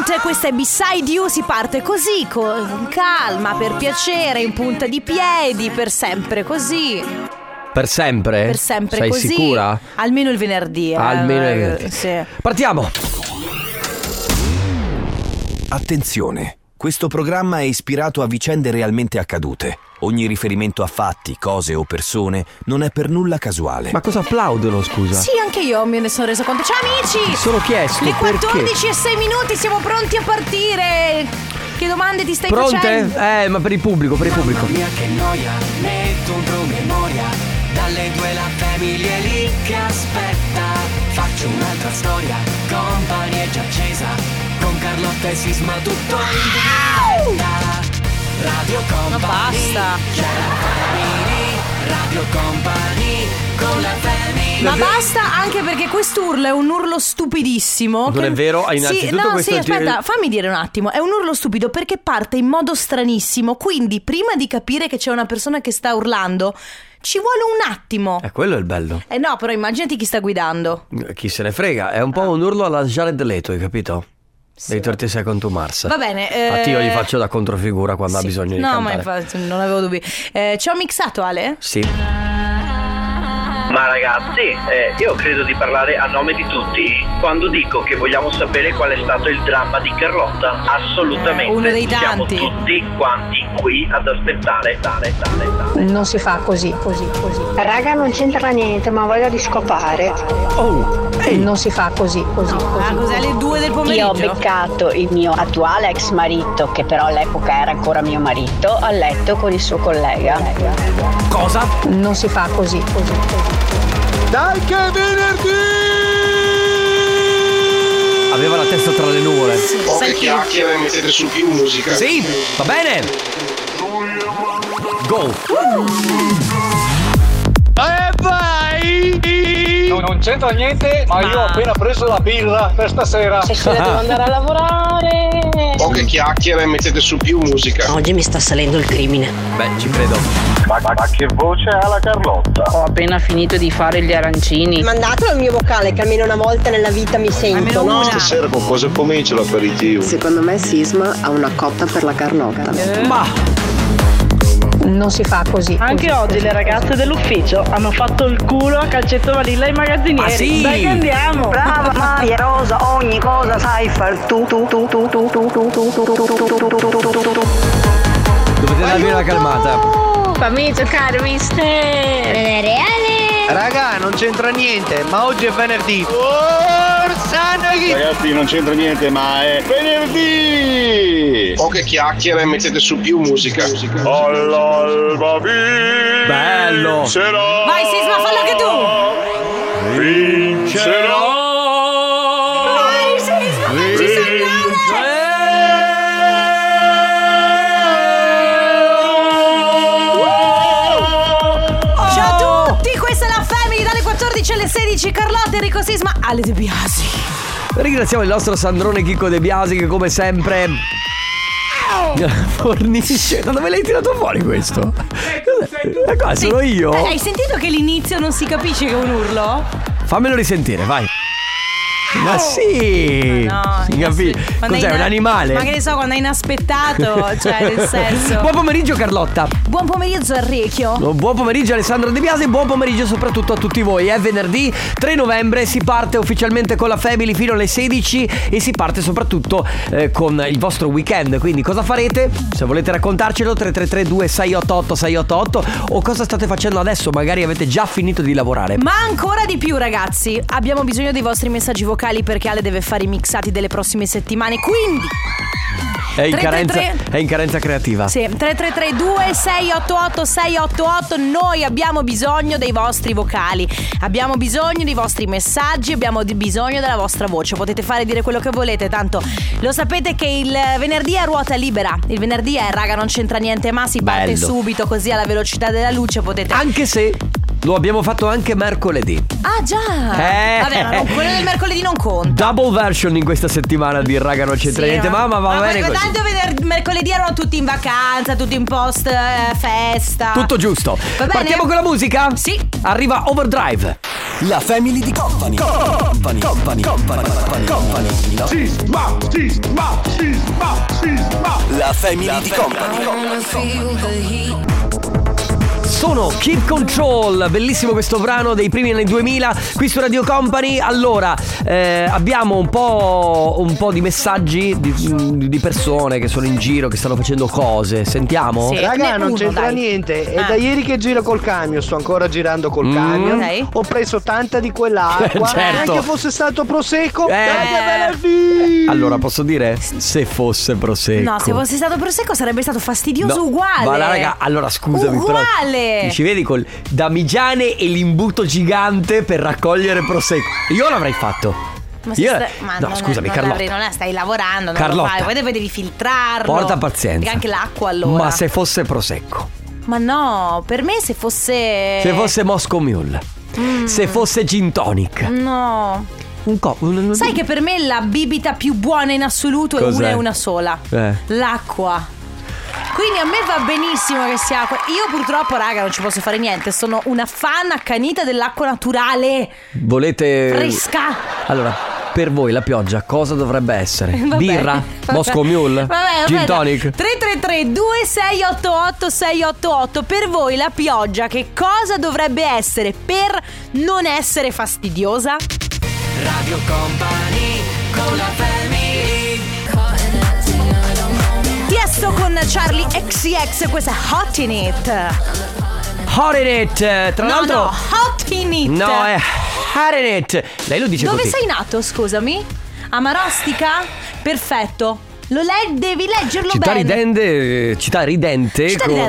Night, questa è Beside You, si parte così, con calma, per piacere, in punta di piedi, per sempre così. Per sempre? Per sempre. Sei così. Sicura? Almeno il venerdì. Almeno il venerdì. Sì. Partiamo. Attenzione, questo programma è ispirato a vicende realmente accadute. Ogni riferimento a fatti, cose o persone non è per nulla casuale. Ma cosa applaudono, scusa? Sì, anche io me ne sono resa conto. Ciao amici! Mi sono chiesto le perché. 14:06, siamo pronti a partire. Che domande ti stai facendo? Pronte? Ma per il pubblico, per il pubblico. Mamma mia che noia, metto un promemoria. Dalle 2 la famiglia è lì che aspetta. Faccio un'altra storia, compagnia è già accesa. Con Carlotta e Sisma tutto in diretta. Radio Company, ma basta. C'è la family, Radio Company con la family. Ma basta, anche perché quest'urlo è un urlo stupidissimo. Non è vero? Innanzitutto sì, aspetta, fammi dire un attimo. È un urlo stupido perché parte in modo stranissimo. Quindi prima di capire che c'è una persona che sta urlando ci vuole un attimo. Quello è il bello. No, però immaginati chi sta guidando. Chi se ne frega. È un po' un urlo alla Jared Leto, hai capito? Dei 30 Second to Mars. Va bene. Infatti io gli faccio da controfigura quando ha bisogno di cantare. No, ma infatti non avevo dubbi. Ci ho mixato, Ale? Sì. Ma ragazzi, io credo di parlare a nome di tutti quando dico che vogliamo sapere qual è stato il dramma di Carlotta. Assolutamente. Uno dei tanti. Siamo tutti quanti qui ad aspettare. Non si fa così. Raga, non c'entra niente, ma voglia di scopare. Non si fa così. Ah, cos'è, alle 2 del pomeriggio? Io ho beccato il mio attuale ex marito, che però all'epoca era ancora mio marito, a letto con il suo collega. Cosa? Non si fa così. Dai che è venerdì! Aveva la testa tra le nuvole. Poche chiacchiere, mettete su più musica. Sì, va bene. Go. Vai! Non c'entra niente, ma io ho appena preso la birra per stasera. Stasera devo andare a lavorare. Poche chiacchiere, mettete su più musica. Oggi mi sta salendo il crimine. Beh, ci credo. Ma che voce ha la Carlotta? Ho appena finito di fare gli arancini. Mandatelo al mio vocale che almeno una volta nella vita mi sento, no? Stasera con cosa comincia l'aperitivo? Secondo me Sisma ha una cotta per la Carlotta. Ma Non si fa così. Anche oggi le ragazze dell'ufficio hanno fatto il culo a Calcetto Vanilla ai magazzinieri. Ah, sì? Dai che andiamo. Brava Maria Rosa, ogni cosa sai far tu. dovete darvi una calmata. Fammi giocare, mister. Raga, non c'entra niente, ma oggi è venerdì. Ragazzi, non c'entra niente, ma è venerdì! Poche chiacchiere, mettete su più musica. All'alba Bello! Vai Sisma, fallo anche tu! Vincerò! Vai Sisma, facci sognare! Ciao a tutti, questa è la Family dalle 14 alle 16. Carlotta, Enrico Sisma, Ale De Biasi. Ringraziamo il nostro Sandrone Chicco De Biasi che come sempre fornisce. Da dove l'hai tirato fuori questo? Ma qua sono io? Hai sentito che l'inizio non si capisce che è un urlo? Fammelo risentire, vai. Ma sì! Ma no, cos'è, un animale? Ma che ne so, quando è inaspettato, cioè nel senso. Buon pomeriggio Carlotta. Buon pomeriggio Enrico. Buon pomeriggio Alessandro De Biasi. Buon pomeriggio soprattutto a tutti voi. È venerdì 3 novembre, si parte ufficialmente con la Family fino alle 16 e si parte soprattutto con il vostro weekend. Quindi cosa farete? Se volete raccontarcelo 333 2688 688 o cosa state facendo adesso, magari avete già finito di lavorare. Ma ancora di più ragazzi, abbiamo bisogno dei vostri messaggi vocali perché Ale deve fare i mixati delle prossime settimane, quindi è in carenza creativa. Sì, 3332 688 688. Noi abbiamo bisogno dei vostri vocali, abbiamo bisogno dei vostri messaggi, abbiamo bisogno della vostra voce. Potete fare e dire quello che volete, tanto lo sapete che il venerdì è a ruota libera. Il venerdì è, raga, non c'entra niente, ma si parte subito così alla velocità della luce. Potete, anche se lo abbiamo fatto anche mercoledì. Ah già. Vabbè, no, quello del mercoledì non conta. Double version in questa settimana di raga non c'entra niente, ma va bene così. Tanto mercoledì erano tutti in vacanza, tutti in post festa. Tutto giusto. Va bene? Partiamo con la musica? Sì. Arriva Overdrive. La Family di Company Company. La family di Company. Sono Keep Control, bellissimo questo brano dei primi anni 2000 qui su Radio Company. Allora, abbiamo un po' di messaggi di persone che sono in giro, che stanno facendo cose. Sentiamo? Sì, raga, non c'entra niente. È da ieri che giro col camion. Sto ancora girando col camion. Okay. Ho preso tanta di quell'acqua. Certo. Anche fosse stato prosecco. Allora, posso dire? Se fosse prosecco. No, se fosse stato prosecco sarebbe stato fastidioso uguale. Ma raga, allora scusami, uguale. Però ci vedi col damigiane e l'imbuto gigante per raccogliere prosecco. Io l'avrei fatto. Ma scusami, Carlotta. Non stai lavorando, non Carlotta, lo fai. Poi devi filtrarlo. porta pazienza. E anche l'acqua allora. Ma se fosse prosecco. Ma no, per me se fosse Moscow Mule. Se fosse gin tonic. No. Sai che per me la bibita più buona in assoluto è una e una sola. L'acqua. Quindi a me va benissimo che sia acqua. Io purtroppo, raga, non ci posso fare niente. Sono una fan accanita dell'acqua naturale. Volete fresca? Allora, per voi la pioggia cosa dovrebbe essere? Birra? Moscow Mule? Gin tonic? 333 2688 688. Per voi la pioggia che cosa dovrebbe essere per non essere fastidiosa? Radio Company con la family. Tiesto con Charlie XCX, questa è Hot in It. Hot in It. Tra l'altro No, Hot in It. No, è Hot in It. Lei lo dice Dove così. sei nato, scusami? A Marostica? Perfetto. Devi leggerlo Città bene. Città ridente.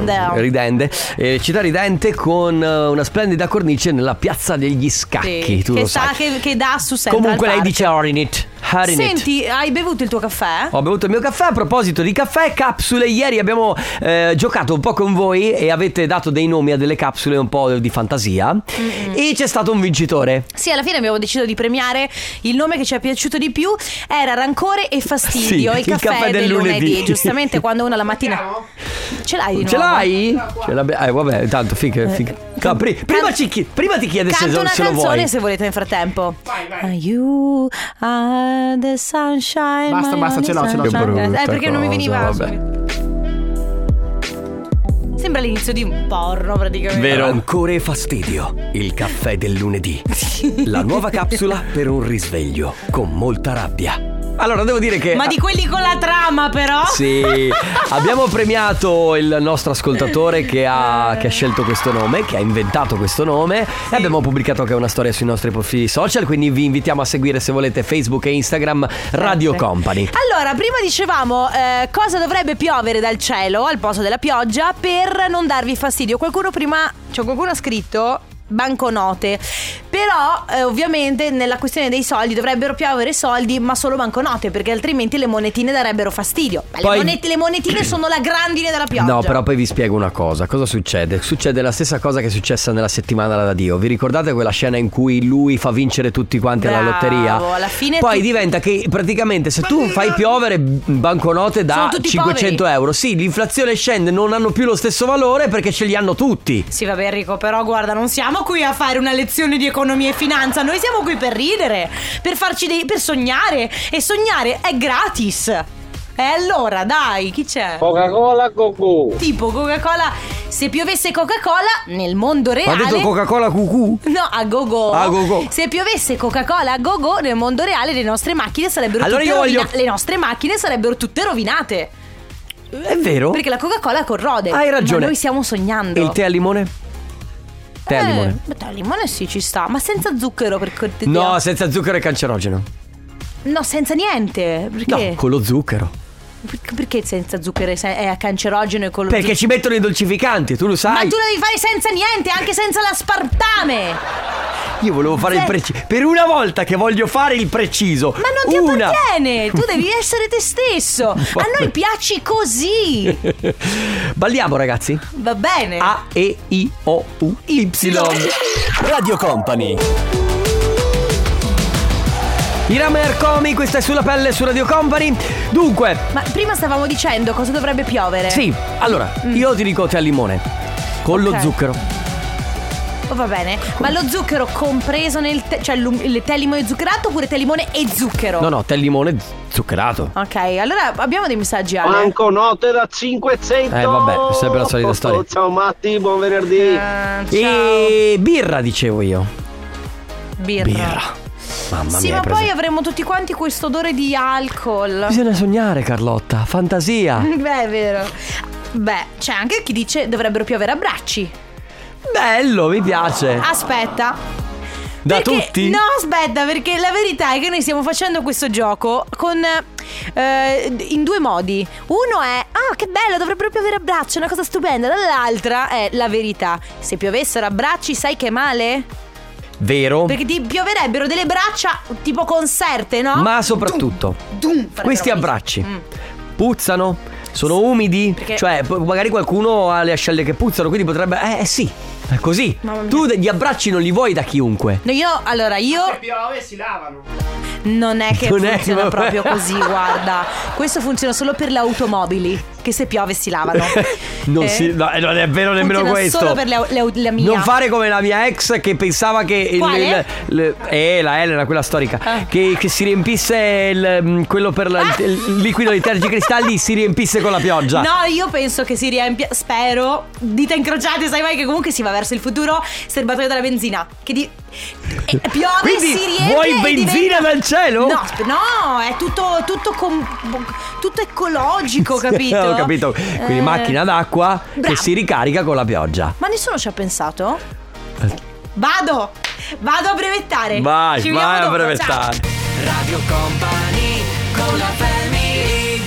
Città ridente con una splendida cornice nella piazza degli Scacchi. Sì, tu lo sai. Che dà su Central Comunque lei Park. dice Hot in It. Senti, hai bevuto il tuo caffè? Ho bevuto il mio caffè. A proposito di caffè, capsule. Ieri abbiamo giocato un po' con voi e avete dato dei nomi a delle capsule un po' di fantasia. E c'è stato un vincitore. Sì, alla fine abbiamo deciso di premiare il nome che ci è piaciuto di più. Era rancore e fastidio. Sì, il caffè del lunedì. Giustamente quando uno la mattina ce l'hai di nuovo? Ce l'hai? Vabbè, tanto figa. No, prima ti chiede se lo vuoi. Canto una canzone se volete nel frattempo. You are the sunshine. Basta, ce l'ho. Perché non mi veniva. Sembra l'inizio di un porno praticamente. Vero. Rancore e fastidio. Il caffè del lunedì. La nuova capsula per un risveglio con molta rabbia. Allora devo dire che Ma di quelli con la trama però. Sì, abbiamo premiato il nostro ascoltatore che ha scelto questo nome, che ha inventato questo nome. E abbiamo pubblicato anche una storia sui nostri profili social. Quindi vi invitiamo a seguire, se volete, Facebook e Instagram Radio Company. Allora, prima dicevamo cosa dovrebbe piovere dal cielo al posto della pioggia per non darvi fastidio. Qualcuno ha scritto banconote. Però ovviamente nella questione dei soldi dovrebbero piovere soldi, ma solo banconote, perché altrimenti le monetine darebbero fastidio. Le monetine sono la grandine della pioggia. No, però poi vi spiego una cosa. Cosa succede? Succede la stessa cosa che è successa nella settimana da Dio. Vi ricordate quella scena in cui lui fa vincere tutti quanti alla lotteria? Alla fine poi diventa che praticamente se tu fai piovere banconote da 500 euro, sì, l'inflazione scende, non hanno più lo stesso valore perché ce li hanno tutti. Sì, vabbè, Enrico, però guarda, non siamo qui a fare una lezione di economia e finanza. Noi siamo qui per ridere, per sognare. E sognare è gratis. E allora dai, chi c'è? Coca-Cola Gogo. Tipo Coca-Cola. Se piovesse Coca-Cola nel mondo reale. Ha detto Coca-Cola cucù? No, a go-go. A go-go. Se piovesse Coca-Cola a go-go nel mondo reale le nostre macchine sarebbero Le nostre macchine sarebbero tutte rovinate. È vero? Perché la Coca-Cola corrode. Hai ragione. Ma noi stiamo sognando. E il tè al limone? Tè al limone. Tè al limone sì, ci sta. Ma senza zucchero, per cortesia. No, senza zucchero è cancerogeno. No, senza niente. Perché? No, con lo zucchero. Perché senza zucchero è cancerogeno e con lo Perché zucchero? ci mettono i dolcificanti, tu lo sai. Ma tu lo devi fare senza niente, anche senza l'aspartame. Io volevo fare il preciso. Per una volta che voglio fare il preciso. Ma non ti appartiene. Tu devi essere te stesso. A noi piaci così. Balliamo, ragazzi. Va bene. A, E, I, O, U, Y. Radio Company. Iramer Comi, questa è Sulla Pelle su Radio Company. Dunque, ma prima stavamo dicendo cosa dovrebbe piovere. Sì, allora, io ti dico tè al limone con lo zucchero. va bene. Ma lo zucchero compreso nel cioè il tè limone zuccherato oppure tè limone e zucchero? No, tè limone zuccherato. Ok, allora abbiamo dei messaggi, Ale. Banconote da 500. Vabbè, sempre la solita storia. Ciao Matti, buon venerdì. E birra, dicevo io. Birra. Mamma sì, mia, ma poi avremo tutti quanti questo odore di alcol. Bisogna sognare, Carlotta, fantasia. Beh, è vero. Beh, c'è anche chi dice dovrebbero piovere abbracci. Bello, mi piace. Aspetta. Da tutti? No, aspetta, perché la verità è che noi stiamo facendo questo gioco con in due modi. Uno è che bello, dovrebbero piovere abbracci, è una cosa stupenda. Dall'altra è la verità. Se piovessero abbracci, sai che male? Vero? Perché ti pioverebbero delle braccia tipo conserte, no? Ma soprattutto questi abbracci puzzano? Sono umidi? Perché... Cioè magari qualcuno ha le ascelle che puzzano, quindi potrebbe sì, è così. Tu gli abbracci non li vuoi da chiunque. No, io Se piove si lavano. non è che funziona proprio così, guarda. Questo funziona solo per le automobili, che se piove si lavano. Non è vero nemmeno questo. Solo per la mia. Non fare come la mia ex che pensava che Quale? la Elena, quella storica, che si riempisse quello per il liquido di tergicristalli si riempisse con la pioggia. No, io penso che si riempia. Spero. Dita incrociate, sai mai che comunque si va verso il futuro. Serbatoio della benzina. Che piove, quindi si riempie. vuoi benzina dal cielo? No, è tutto ecologico, capito? Ho capito. Quindi macchina d'acqua che si ricarica con la pioggia. Ma nessuno ci ha pensato? Vado a brevettare. Vai a dopo, brevettare. ciao. Radio Company con la family.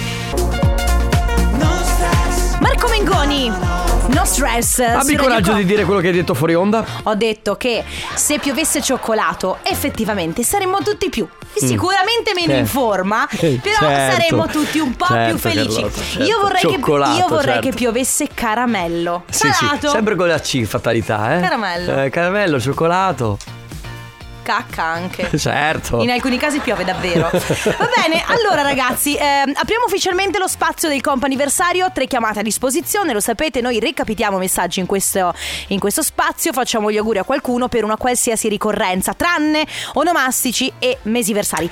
No stress. Marco Mengoni, no stress. Abbi coraggio di dire quello che hai detto fuori onda. Ho detto che se piovesse cioccolato effettivamente saremmo tutti più sicuramente meno in forma, però saremmo tutti un po' più felici. Carlotta, certo. Io vorrei che certo. piovesse caramello salato. Sempre con la C, fatalità, Caramello. Caramello, cioccolato. Cacca anche. Certo. In alcuni casi piove davvero. Va bene, allora ragazzi, apriamo ufficialmente lo spazio del comp'anniversario. 3 chiamate a disposizione, lo sapete, noi recapitiamo messaggi in questo spazio. Facciamo gli auguri a qualcuno per una qualsiasi ricorrenza, tranne onomastici e mesiversari.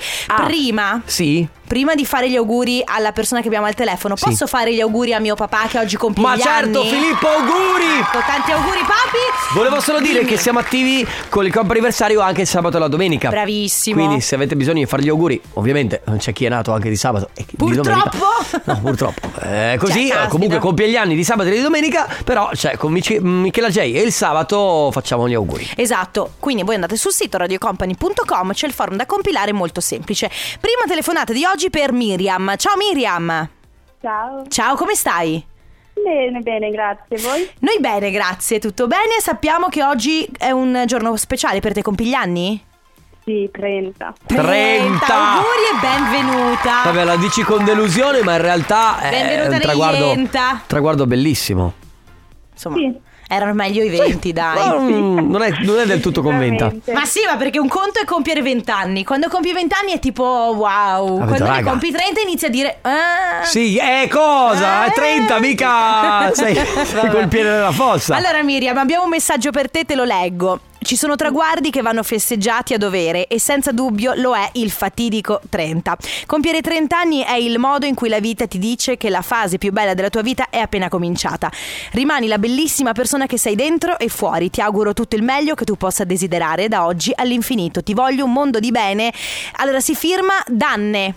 Prima di fare gli auguri alla persona che abbiamo al telefono, posso fare gli auguri a mio papà che oggi compie Ma gli certo, anni? Filippo, auguri! Ecco, tanti auguri papi. Volevo solo dire che siamo attivi con il comp'anniversario anche il sabato e la domenica. Bravissimo. Quindi se avete bisogno di fare gli auguri, ovviamente c'è chi è nato anche di sabato e di domenica. No, purtroppo. Così comunque compie gli anni di sabato e di domenica, però con Michela J e il sabato facciamo gli auguri. Esatto, quindi voi andate sul sito radiocompany.com, c'è il forum da compilare, molto semplice. Prima telefonata di oggi per Miriam. Ciao Miriam. Ciao, come stai? Bene, grazie. Voi? Noi bene, grazie, tutto bene. Sappiamo che oggi è un giorno speciale, per te compi gli anni? Sì, 30. 30! Auguri e benvenuta. Vabbè, la dici con delusione, ma in realtà è un traguardo bellissimo. Insomma, erano meglio i 20, dai. Non è del tutto convinta. Ma sì, ma perché un conto è compiere 20 anni. Quando compi 20 anni è tipo wow. Quando ne compi 30 inizi a dire sì, cosa? 30 mica sei col piede nella fossa. Allora Miriam, abbiamo un messaggio per te, te lo leggo. Ci sono traguardi che vanno festeggiati a dovere e senza dubbio lo è il fatidico 30. Compiere 30 anni è il modo in cui la vita ti dice che la fase più bella della tua vita è appena cominciata. Rimani la bellissima persona che sei dentro e fuori. Ti auguro tutto il meglio che tu possa desiderare da oggi all'infinito. Ti voglio un mondo di bene. Allora si firma Danne.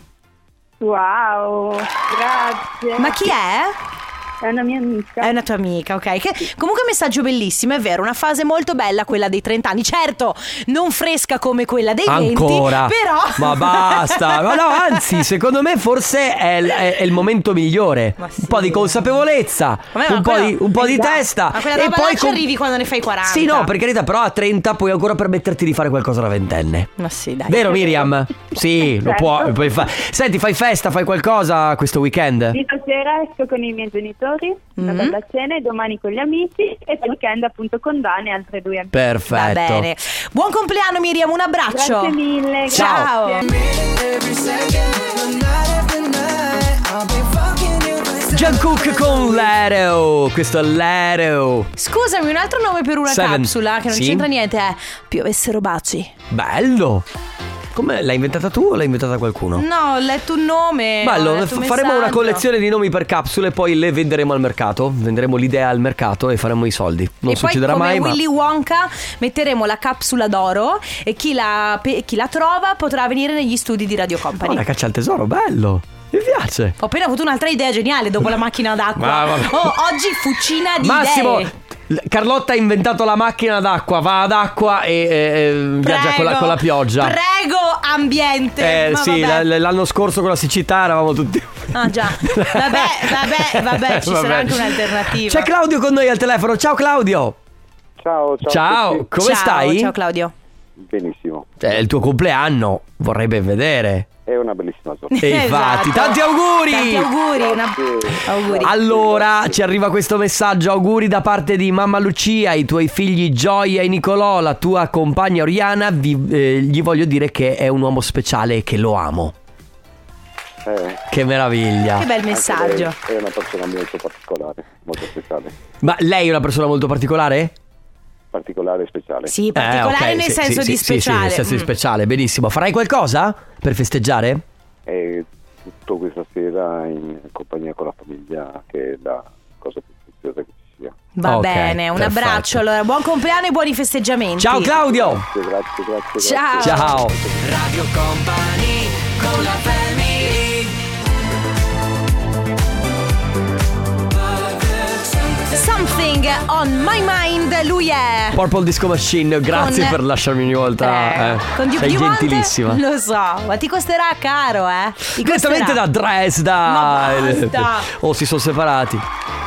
Wow, grazie. Ma chi è? È una mia amica. È una tua amica, ok. Comunque un messaggio bellissimo, è vero. Una fase molto bella quella dei 30 anni. Certo, non fresca come quella dei 20. Ancora. Però Ma basta. Ma no, anzi, secondo me forse è il momento migliore. Sì. Un po' di consapevolezza, un po' di testa. Ma quella roba là ci arrivi quando ne fai 40. Sì, no, per carità, però a 30 puoi ancora permetterti di fare qualcosa da ventenne. Ma sì, dai. Vero Miriam? Sì, lo puoi fare. Senti, fai festa, fai qualcosa questo weekend? Di stasera esco con i miei genitori, una bella cena, e domani con gli amici, e poi weekend appunto con Dani e altre 2 amiche. Perfetto. Va bene. Buon compleanno Miriam, un abbraccio. Grazie mille. Ciao. Grazie. Jungkook con Lero. Questo è Lero. Scusami, un altro nome per una capsula che non Sì? c'entra niente è Piovessero baci. Bello. Come l'hai inventata tu o l'hai inventata qualcuno? No, ho letto un nome. Bello, ho letto un faremo una messaggio. collezione di nomi per capsule e poi le venderemo al mercato. Venderemo l'idea al mercato e faremo i soldi. Non e succederà poi, come mai, Willy Wonka, metteremo la capsula d'oro e chi la trova potrà venire negli studi di Radio Company. Una caccia al tesoro, bello. Mi piace. Ho appena avuto un'altra idea geniale dopo la macchina d'acqua. Ma vabbè. Oggi fucina di Massimo, idee. Carlotta ha inventato la macchina d'acqua. Va ad acqua e viaggia con la pioggia. Prego, ambiente. Ma sì, vabbè. l'anno scorso con la siccità eravamo tutti. Ah già. Vabbè, ci sarà anche un'alternativa. C'è Claudio con noi al telefono. Ciao Claudio. Ciao. Come stai? Ciao Claudio. Benissimo. È il tuo compleanno, vorrei ben vedere. È una bellissima giornata. E infatti, tanti auguri! Tanti auguri, auguri. Allora, ci arriva questo messaggio. Auguri da parte di mamma Lucia, i tuoi figli Gioia e Nicolò, la tua compagna Oriana. Gli voglio dire che è un uomo speciale e che lo amo. Che meraviglia. Che bel messaggio. È una persona molto particolare, molto speciale. Ma lei è una persona molto particolare? Particolare e speciale. Sì, particolare nel senso di speciale. Sì, nel senso di speciale, benissimo. Farai qualcosa per festeggiare? Tutto questa sera in compagnia con la famiglia, che è la cosa più preziosa che ci sia. Va bene, un perfetto. abbraccio. Allora, buon compleanno e buoni festeggiamenti. Ciao Claudio. Grazie. Ciao. Radio Company con la family. Something on my mind. Lui è Purple Disco Machine, grazie Con- per lasciarmi ogni volta. Con Sei You Want? gentilissima. Lo so, ma ti costerà caro, Ti Direttamente costerà. da Dresda. Ma basta. Oh, si sono separati.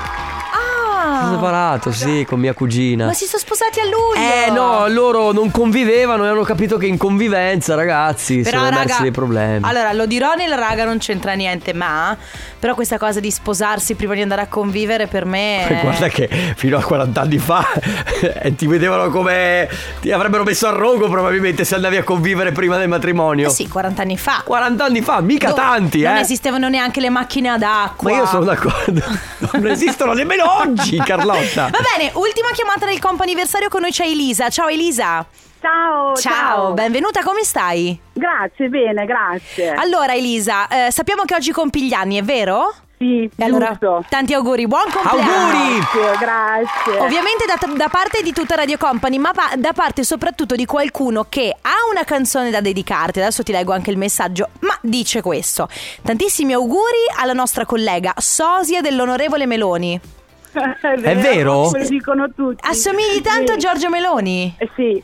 Sono separato, sì, con mia cugina. Ma si sono sposati a luglio. No, loro non convivevano e hanno capito che in convivenza, ragazzi, Però, sono emersi raga, dei problemi. Allora, lo dirò, nella raga non c'entra niente, ma però questa cosa di sposarsi prima di andare a convivere per me Guarda che fino a 40 anni fa ti vedevano come ti avrebbero messo a rogo probabilmente se andavi a convivere prima del matrimonio. sì, 40 anni fa. 40 anni fa, mica tanti, Non esistevano neanche le macchine ad acqua. Ma io sono d'accordo. Non esistono nemmeno oggi, Carlotta. Va bene, ultima chiamata del comp'anniversario, con noi c'è Elisa. Ciao Elisa. Ciao. Benvenuta, come stai? Grazie, bene, grazie. Allora Elisa, sappiamo che oggi compi gli anni, è vero? Sì, E allora, giusto. tanti auguri, buon compleanno. Auguri! Grazie. Ovviamente da parte di tutta Radio Company, ma da parte soprattutto di qualcuno che ha una canzone da dedicarti. Adesso ti leggo anche il messaggio, ma dice questo: tantissimi auguri alla nostra collega sosia dell'onorevole Meloni. È vero? Me lo dicono tutti. Assomigli tanto a Giorgio Meloni? Sì.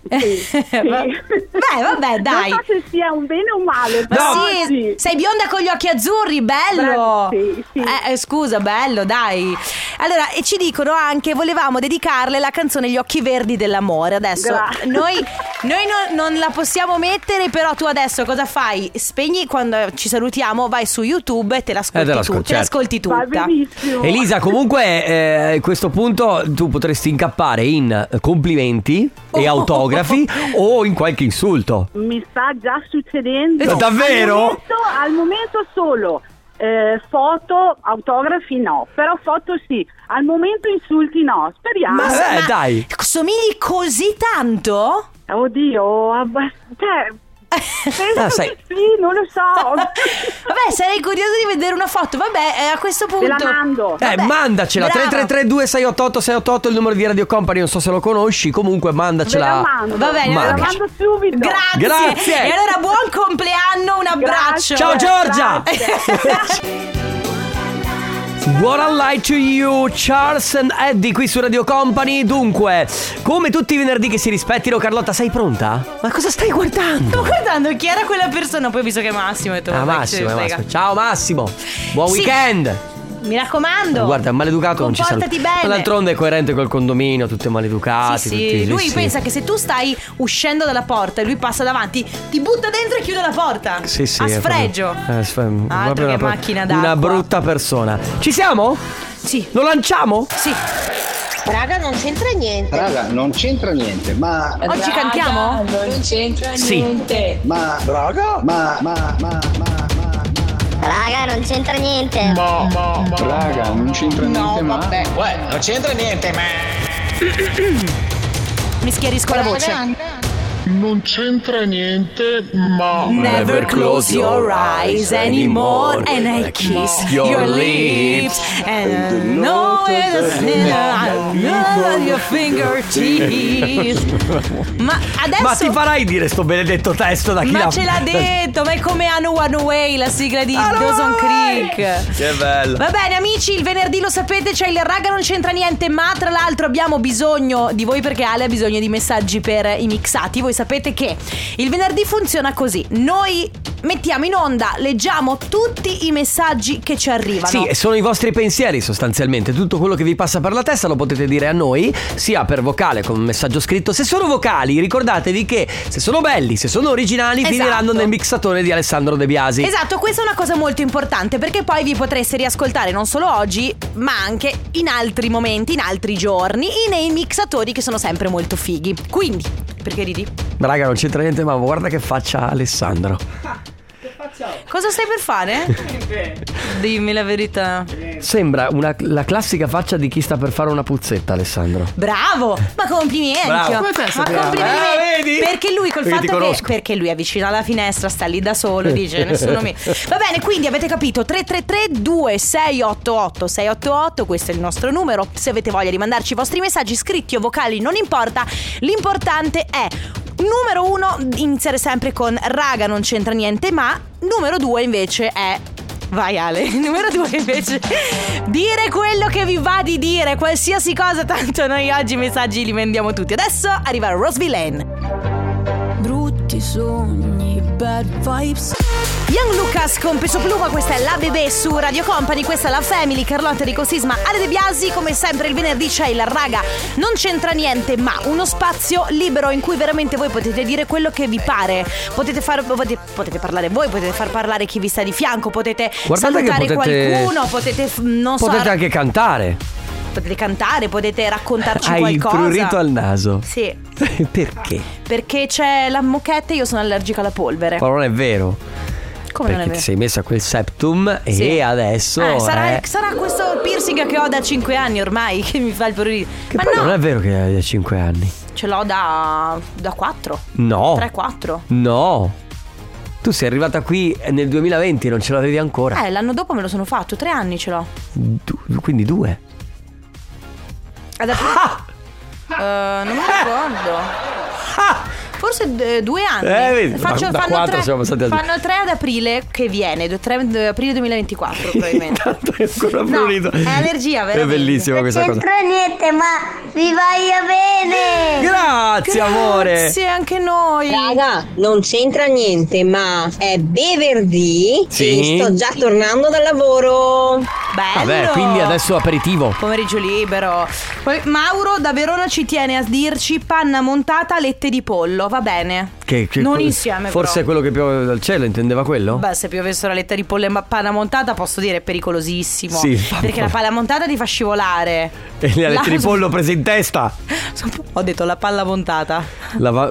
Beh, vabbè, dai. Non so se sia un bene o un male, Ma però sì, sei bionda con gli occhi azzurri, bello. Sì. Scusa, bello, dai. Allora, e ci dicono anche, volevamo dedicarle la canzone Gli occhi verdi dell'amore. Adesso Grazie. noi non la possiamo mettere, però tu adesso cosa fai? Spegni, quando ci salutiamo, vai su YouTube e te l'ascolti Va tutta. benissimo. Elisa, comunque a questo punto tu potresti incappare in complimenti e autografi o in qualche insulto. Mi sta già succedendo. Davvero? Al momento solo. Foto, autografi no, però foto sì. Al momento insulti no. Speriamo. Ma dai. Somigli così tanto? Oddio, penso sai. che sì, non lo so. Vabbè, sarei curiosa di vedere una foto. Vabbè, a questo punto Te la mando. Mandacela. brava. 3332 688 688 il numero di Radio Company. Non so se lo conosci. Comunque mandacela. Ve la mando. Va bene, Ve la Mandaci. mando subito. Grazie. E allora buon compleanno, un abbraccio. Ciao Giorgia. Grazie. What I Like to You, Charles and Eddie qui su Radio Company. Dunque, come tutti i venerdì che si rispettino, Carlotta, sei pronta? Ma cosa stai guardando? Sto guardando chi era quella persona. Poi ho visto che è Massimo. Ho detto, vabbè, chi se ne frega. Massimo. Ciao Massimo. Buon Sì. weekend. Mi raccomando. Guarda, è maleducato, non ci saluta. Comportati bene. Ma d'altronde è coerente col condominio, tutti maleducati. Sì, lui pensa che se tu stai uscendo dalla porta e lui passa davanti, ti butta dentro e chiude la porta. Sì, a è sfregio. proprio Altro che una- macchina d'acqua. Una brutta persona. Ci siamo? Sì. Lo lanciamo? Sì. Raga, non c'entra niente. Raga, non c'entra niente, ma Oggi cantiamo? Non c'entra Sì. niente. raga, ma Raga, non c'entra niente. Raga, non c'entra niente, ma. Uè, non c'entra niente, ma. Mi schiarisco la voce. Non c'entra niente, ma. Never close your eyes anymore, and I kiss your lips, and I know it's your fingertips. Ma adesso. Ma ti farai dire sto benedetto testo da chi Ma ce l'ha detto, ma è come Anu One Way, la sigla di Dawson Creek. Che bello. Va bene amici, il venerdì lo sapete, c'è il raga non c'entra niente, ma tra l'altro abbiamo bisogno di voi perché Ale ha bisogno di messaggi per i mixati. Voi sapete che il venerdì funziona così: noi mettiamo in onda, leggiamo tutti i messaggi che ci arrivano. Sì, sono i vostri pensieri sostanzialmente. Tutto quello che vi passa per la testa lo potete dire a noi, sia per vocale come un messaggio scritto. Se sono vocali, ricordatevi che se sono belli, se sono originali, finiranno nel mixatone di Alessandro De Biasi. Esatto, questa è una cosa molto importante perché poi vi potreste riascoltare non solo oggi, ma anche in altri momenti, in altri giorni, nei mixatori che sono sempre molto fighi. Quindi, perché ridi? Raga, non c'entra niente, ma guarda che faccia Alessandro. Cosa stai per fare? Dimmi la verità. Sembra la classica faccia di chi sta per fare una puzzetta, Alessandro. Bravo, ma complimenti. Bravo. Ma complimenti. Vedi? Perché lui col Perché fatto che perché lui è vicino alla finestra, sta lì da solo, dice nessuno mi. Va bene, quindi avete capito, 333-2688-688, questo è il nostro numero. Se avete voglia di mandarci i vostri messaggi scritti o vocali, non importa. L'importante è: numero 1, iniziare sempre con raga non c'entra niente, ma numero 2 invece è vai Ale. Numero 2 invece dire quello che vi va di dire, qualsiasi cosa, tanto noi oggi i messaggi li mandiamo tutti. Adesso arriva Rose Villain. Brutti sogni, bad vibes. Young Lucas con Peso Pluma, questa è la Bebè su Radio Company, questa è la Family, Carlotta, Enrico Sisma, Ale De Biasi. Come sempre il venerdì c'è il raga non c'entra niente, ma uno spazio libero in cui veramente voi potete dire quello che vi pare. Potete parlare voi, potete far parlare chi vi sta di fianco, potete salutare qualcuno, potete anche cantare. Potete cantare, potete raccontarci Hai qualcosa. Hai il prurito al naso. Sì. Perché? Perché c'è la moquette e io sono allergica alla polvere. Ma non è vero. Come perché ti sei messa quel septum e adesso sarà questo piercing che ho da 5 anni ormai che mi fa il prurito. Che ma poi non è vero che hai da 5 anni. Ce l'ho da 4. No. 3-4. No. Tu sei arrivata qui nel 2020 e non ce l'avevi ancora. L'anno dopo me lo sono fatto, 3 anni ce l'ho. Quindi 2. Non me lo ricordo. Forse 2 anni. Fanno 3 ad aprile che viene 3 aprile 2024 probabilmente. Tanto è ancora prurito. È allergia, veramente. È bellissima questa cosa. Non c'entra niente, ma vi voglia bene. Grazie amore. Grazie anche noi. Raga, non c'entra niente, ma è venerdì sì. E sto già tornando dal lavoro. Bello. Vabbè, quindi adesso aperitivo. Pomeriggio libero. Poi Mauro da Verona ci tiene a dirci panna montata, lette di pollo. Va bene. Non insieme. Forse però. quello che piove dal cielo, intendeva quello? Beh, se piovessero lette di pollo e panna montata, posso dire è pericolosissimo. Sì, perché la panna montata ti fa scivolare. E le lette di pollo prese in testa. Ho detto la palla montata. Va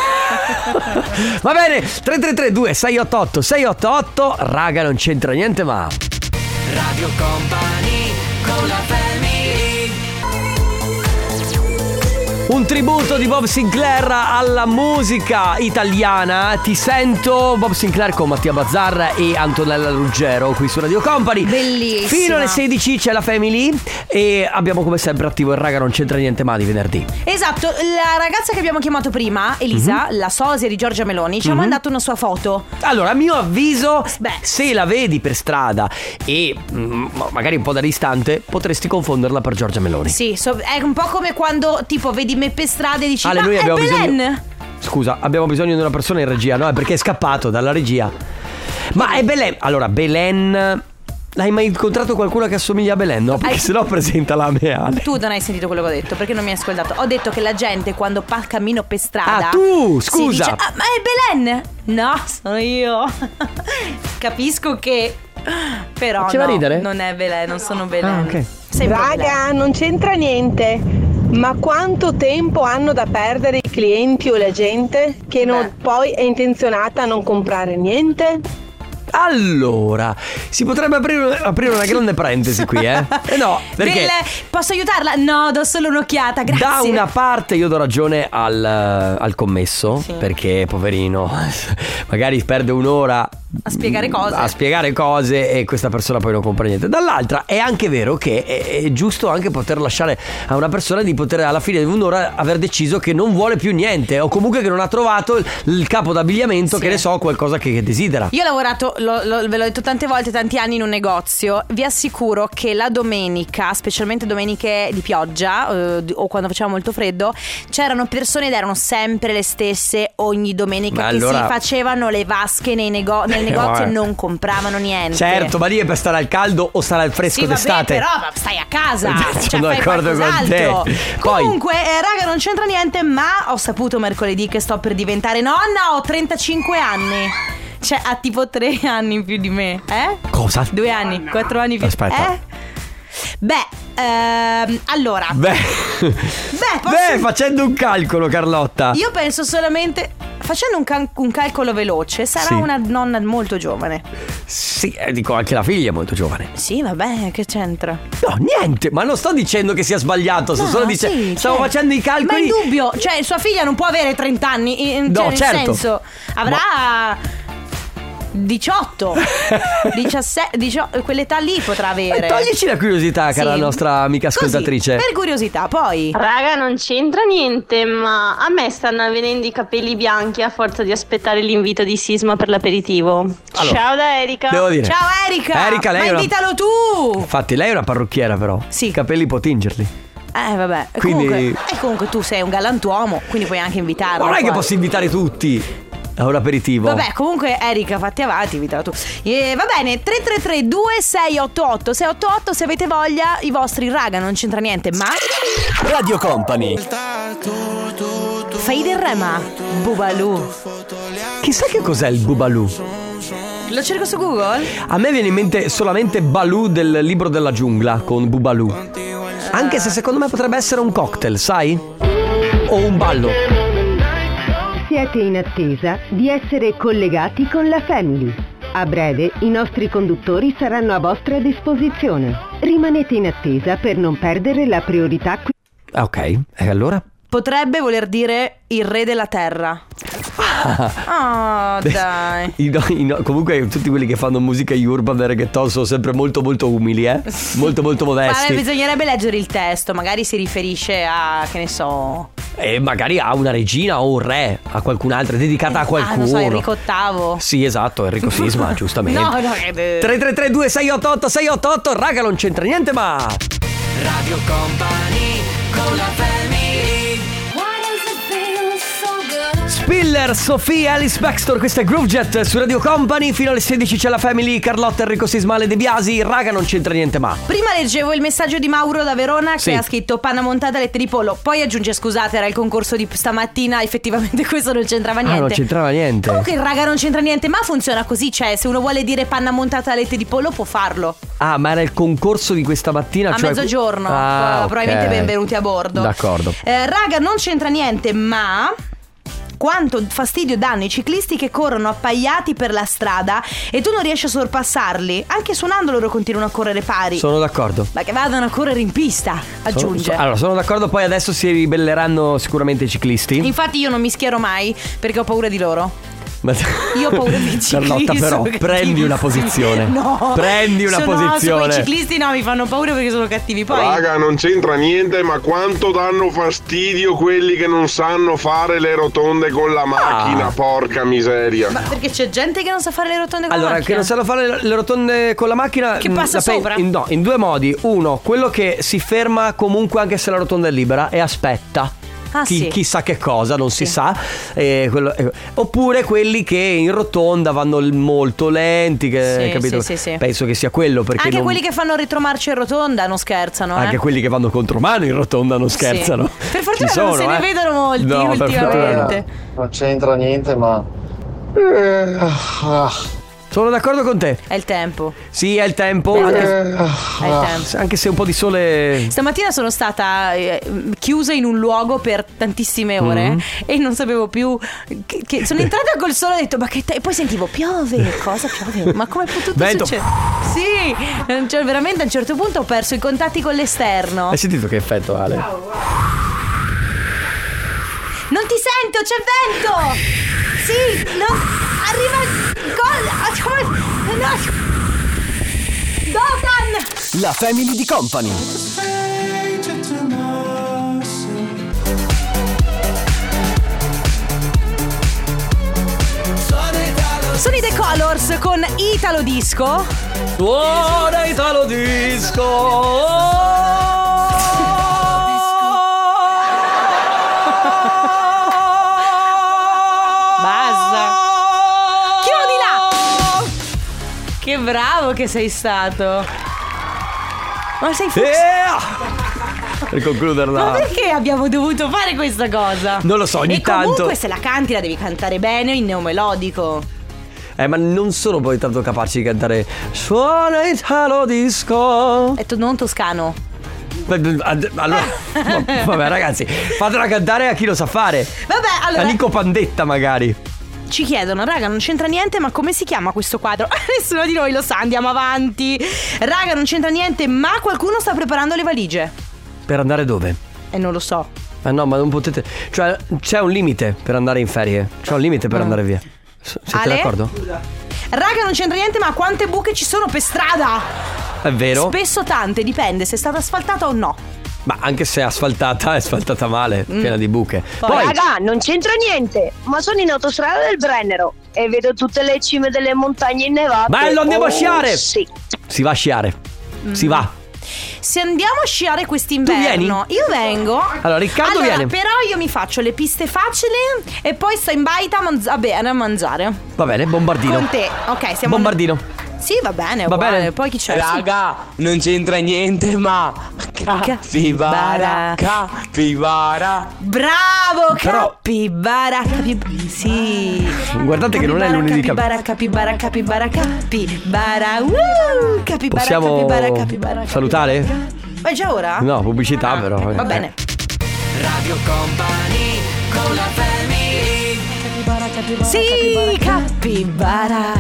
bene, 333-2688-688. Raga, non c'entra niente, ma Radio Company con la Family. un tributo di Bob Sinclair alla musica italiana. Ti sento, Bob Sinclair con Mattia Bazzar e Antonella Ruggero qui su Radio Company. Bellissima. Fino alle 16 c'è la Family e abbiamo come sempre attivo il raga non c'entra niente ma di venerdì. Esatto, la ragazza che abbiamo chiamato prima, Elisa, la sosia di Giorgia Meloni, ci ha mandato una sua foto. Allora, a mio avviso, se la vedi per strada e magari un po' da distante, potresti confonderla per Giorgia Meloni. Sì, è un po' come quando tipo vedi me per strada e dici Ale, noi è abbiamo Belen. bisogno... Scusa, abbiamo bisogno di una persona in regia, no? È perché è scappato dalla regia. Ma è Belen. Allora, Belen... L'hai mai incontrato qualcuno che assomiglia a Belen? No, perché sennò presenta la mia Ale. Tu non hai sentito quello che ho detto, perché non mi hai ascoltato. Ho detto che la gente quando cammino per strada... Ah, tu, scusa. Si dice, ma è Belen? No, sono io. Capisco che... Però Faceva no, ridere? non è Belen, non sono Belen. Ah, ok. Raga, non c'entra niente. Ma quanto tempo hanno da perdere i clienti o la gente che poi è intenzionata a non comprare niente? Allora, si potrebbe aprire una grande parentesi qui, no, perché posso aiutarla? No, do solo un'occhiata, grazie. Da una parte io do ragione al commesso, perché poverino magari perde un'ora a spiegare cose e questa persona poi non compra niente. Dall'altra è anche vero che è giusto anche poter lasciare a una persona di poter alla fine di un'ora aver deciso che non vuole più niente, o comunque che non ha trovato il capo d'abbigliamento, che ne so, qualcosa che desidera. Io ho lavorato, ve l'ho detto tante volte, tanti anni in un negozio. Vi assicuro che la domenica, specialmente domeniche di pioggia o quando faceva molto freddo, c'erano persone ed erano sempre le stesse ogni domenica, che si facevano le vasche nei negozi e non compravano niente. Certo, ma lì è per stare al caldo o stare al fresco d'estate. Però stai a casa, sono d'accordo con te. Comunque, raga, non c'entra niente, ma ho saputo mercoledì che sto per diventare nonna. Ho 35 anni. Cioè, ha tipo 3 anni in più di me. Cosa? 2 anni, 4 anni più. Aspetta. Allora. Facendo un calcolo, Carlotta. Io penso solamente, facendo un calcolo veloce, sarà una nonna molto giovane. Sì, dico, anche la figlia è molto giovane. Sì, vabbè, che c'entra? No, niente, ma non sto dicendo che sia sbagliato, solo stavo facendo i calcoli. Ma è indubbio, cioè sua figlia non può avere 30 anni, no, nel senso, avrà 18 17, 18, quell'età lì potrà avere. Toglici la curiosità, cara nostra amica ascoltatrice. Così, per curiosità, poi. Raga, non c'entra niente, ma a me stanno avvenendo i capelli bianchi a forza di aspettare l'invito di Sisma per l'aperitivo. Allora, ciao da Erika. Devo dire, ciao Erika, lei ma invitalo tu. Infatti lei è una parrucchiera, però i capelli può tingerli. Vabbè, quindi... comunque tu sei un galantuomo, quindi puoi anche invitarlo. Ma non è che posso invitare tutti a un aperitivo. Vabbè, comunque Erika, fatti avanti, invitala tu. Va bene, 333 2688 688 se avete voglia, i vostri raga non c'entra niente, ma Radio Company. Fai del Rema, Bubalù. Chissà che cos'è il Bubalù. Lo cerco su Google? A me viene in mente solamente Balù del libro della giungla con Bubalù. Anche se secondo me potrebbe essere un cocktail, sai? O un ballo. Siete in attesa di essere collegati con la Family. A breve i nostri conduttori saranno a vostra disposizione. Rimanete in attesa per non perdere la priorità qui. Ok, e allora? Potrebbe voler dire il re della terra. Dai. Comunque tutti quelli che fanno musica urban e reggaeton sono sempre molto molto umili, molto molto modesti. Ma bisognerebbe leggere il testo, magari si riferisce a, che ne so, e magari a una regina o un re, a qualcun altro, dedicata a qualcuno. Non so, Enrico VIII. Sì, esatto, Enrico Sisma, giustamente. No, 333 2688 688, raga, non c'entra niente, ma Radio Company con la Family. Spiller, Sofia, Alice Baxter, questa è Groove Jet su Radio Company. Fino alle 16 c'è la Family, Carlotta, Enrico Sisma, De Biasi. Raga, non c'entra niente, ma prima leggevo il messaggio di Mauro da Verona che ha scritto panna montata, lette di pollo. Poi aggiunge, scusate, era il concorso di stamattina, effettivamente questo non c'entrava niente. Non c'entrava niente. Comunque il raga non c'entra niente, ma funziona così, cioè se uno vuole dire panna montata, lette di pollo può farlo. Ma era il concorso di questa mattina, a mezzogiorno. Probabilmente benvenuti a bordo. D'accordo. Raga, non c'entra niente, ma quanto fastidio danno i ciclisti che corrono appaiati per la strada e tu non riesci a sorpassarli. Anche suonando loro continuano a correre pari. Sono d'accordo. Ma che vadano a correre in pista, aggiunge. Allora, sono d'accordo, poi adesso si ribelleranno sicuramente i ciclisti. Infatti io non mi schiero mai perché ho paura di loro. Io ho paura dei ciclisti. Carlotta, però prendi una posizione. No, prendi una posizione. I ciclisti no, mi fanno paura perché sono cattivi. Poi raga, non c'entra niente, ma quanto danno fastidio quelli che non sanno fare le rotonde con la macchina. Porca miseria. Ma perché c'è gente che non sa fare le rotonde con la macchina? Allora, che non sanno fare le rotonde con la macchina, che passa sopra? In due modi. Uno, quello che si ferma comunque anche se la rotonda è libera e aspetta. Chissà che cosa, non si sa. Oppure quelli che in rotonda vanno molto lenti, capito? Sì. Penso che sia quello, perché anche quelli che fanno retromarcia in rotonda non scherzano. Anche quelli che vanno contromano in rotonda non scherzano. Per fortuna non se ne vedono molti ultimamente. Non c'entra niente, ma Sono d'accordo con te. È il tempo. Sì, è il tempo. È il tempo. Anche se un po' di sole. Stamattina sono stata chiusa in un luogo per tantissime ore e non sapevo più che sono entrata col sole e ho detto ma che e poi sentivo piove. Cosa piove? Ma come è potuto succedere? Sì, cioè, veramente a un certo punto ho perso i contatti con l'esterno. Hai sentito che effetto, Ale? Non ti sento, c'è vento! Sì, non arriva. Dotan! La Family di Company. Sono i The Colors con Italo Disco. Suona Italo Disco. Che bravo che sei stato. Ma sei per concluderla. Ma perché abbiamo dovuto fare questa cosa? Non lo so, ogni tanto. E comunque se la canti la devi cantare bene in neomelodico. Ma non sono poi tanto capaci di cantare Suona Italo Disco. E non toscano. Allora vabbè ragazzi, fatela cantare a chi lo sa fare. Vabbè, allora a Nico Pandetta magari. Ci chiedono, raga, non c'entra niente, ma come si chiama questo quadro? Nessuno di noi lo sa, andiamo avanti. Raga, non c'entra niente, ma qualcuno sta preparando le valigie. Per andare dove? Non lo so. Ma no, ma non potete. Cioè, c'è un limite per andare in ferie. C'è un limite per andare via. Siete d'accordo? Raga, non c'entra niente, ma quante buche ci sono per strada? È vero? Spesso tante, dipende se è stata asfaltata o no. Ma anche se è asfaltata male, piena di buche. Poi raga, non c'entra niente, ma sono in autostrada del Brennero e vedo tutte le cime delle montagne innevate. Bello, andiamo a sciare. Sì. Si va a sciare. Si va. Se andiamo a sciare quest'inverno, tu vieni? Io vengo. Allora Riccardo viene. Però io mi faccio le piste facili e poi sto in baita a mangiare. Va bene, bombardino. Con te. Ok, siamo bombardino. Sì, va bene, va bene. Poi chi c'è? Raga, non c'entra niente, ma capibara. Bravo, capibara. Sì. Guardate che non è lunedì. Capibara. Possiamo salutare? Ma è già ora? No, pubblicità però. Va bene. Radio Company con la Family. Sì, capibara.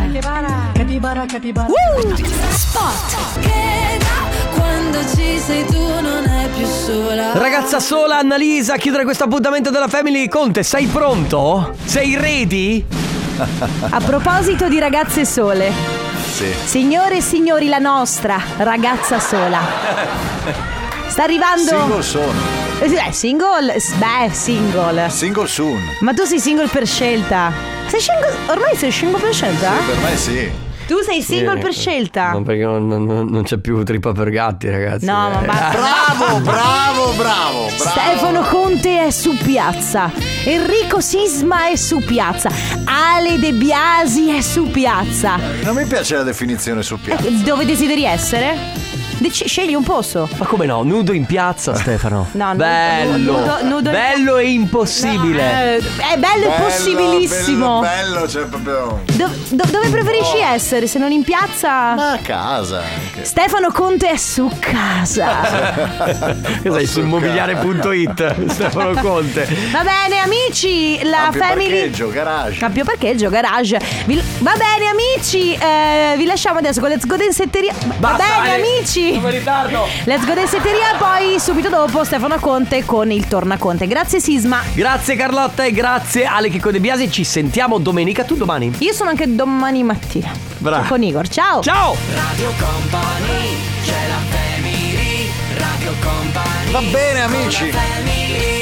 Spot. Quando ci sei tu non è più sola. Ragazza sola, Annalisa, a chiudere questo appuntamento della Family. Conte, sei pronto? Sei ready? A proposito di ragazze sole, sì. Signore e signori, la nostra ragazza sola sta arrivando. Single sono. Single? Beh, single. Single soon. Ma tu sei single per scelta? Ormai sei single per scelta? Sì, per me sì. Tu sei single per scelta? No, perché non c'è più trippa per gatti, ragazzi. No, ma Bravo. Stefano Conte è su piazza. Enrico Sisma è su piazza. Ale De Biasi è su piazza. Non mi piace la definizione su piazza. Dove desideri essere? Scegli un posto. Ma come no? Nudo in piazza, Stefano. No, bello. Nudo bello e impossibile. È bello e possibilissimo. Bello, cioè proprio. Dove preferisci essere? Se non in piazza? Ma a casa anche. Stefano Conte è su casa. Cos'è? Su immobiliare.it Stefano Conte. Va bene amici, la ampio Family parcheggio, garage. Ampio parcheggio, garage. Va bene amici, vi lasciamo adesso con Let's Go Densetteria. Va bene amici. Sono in ritardo. Let's Go Densetteria. Poi subito dopo Stefano Conte con il Tornaconte. Grazie Sisma. Grazie Carlotta e grazie Ale Chicco De Biasi. Ci sentiamo domenica. Tu domani? Io sono anche domani mattina. Bravo. Con Igor. Ciao. Ciao. Radio Company, c'è la Family. Radio Company. Va bene amici. Family.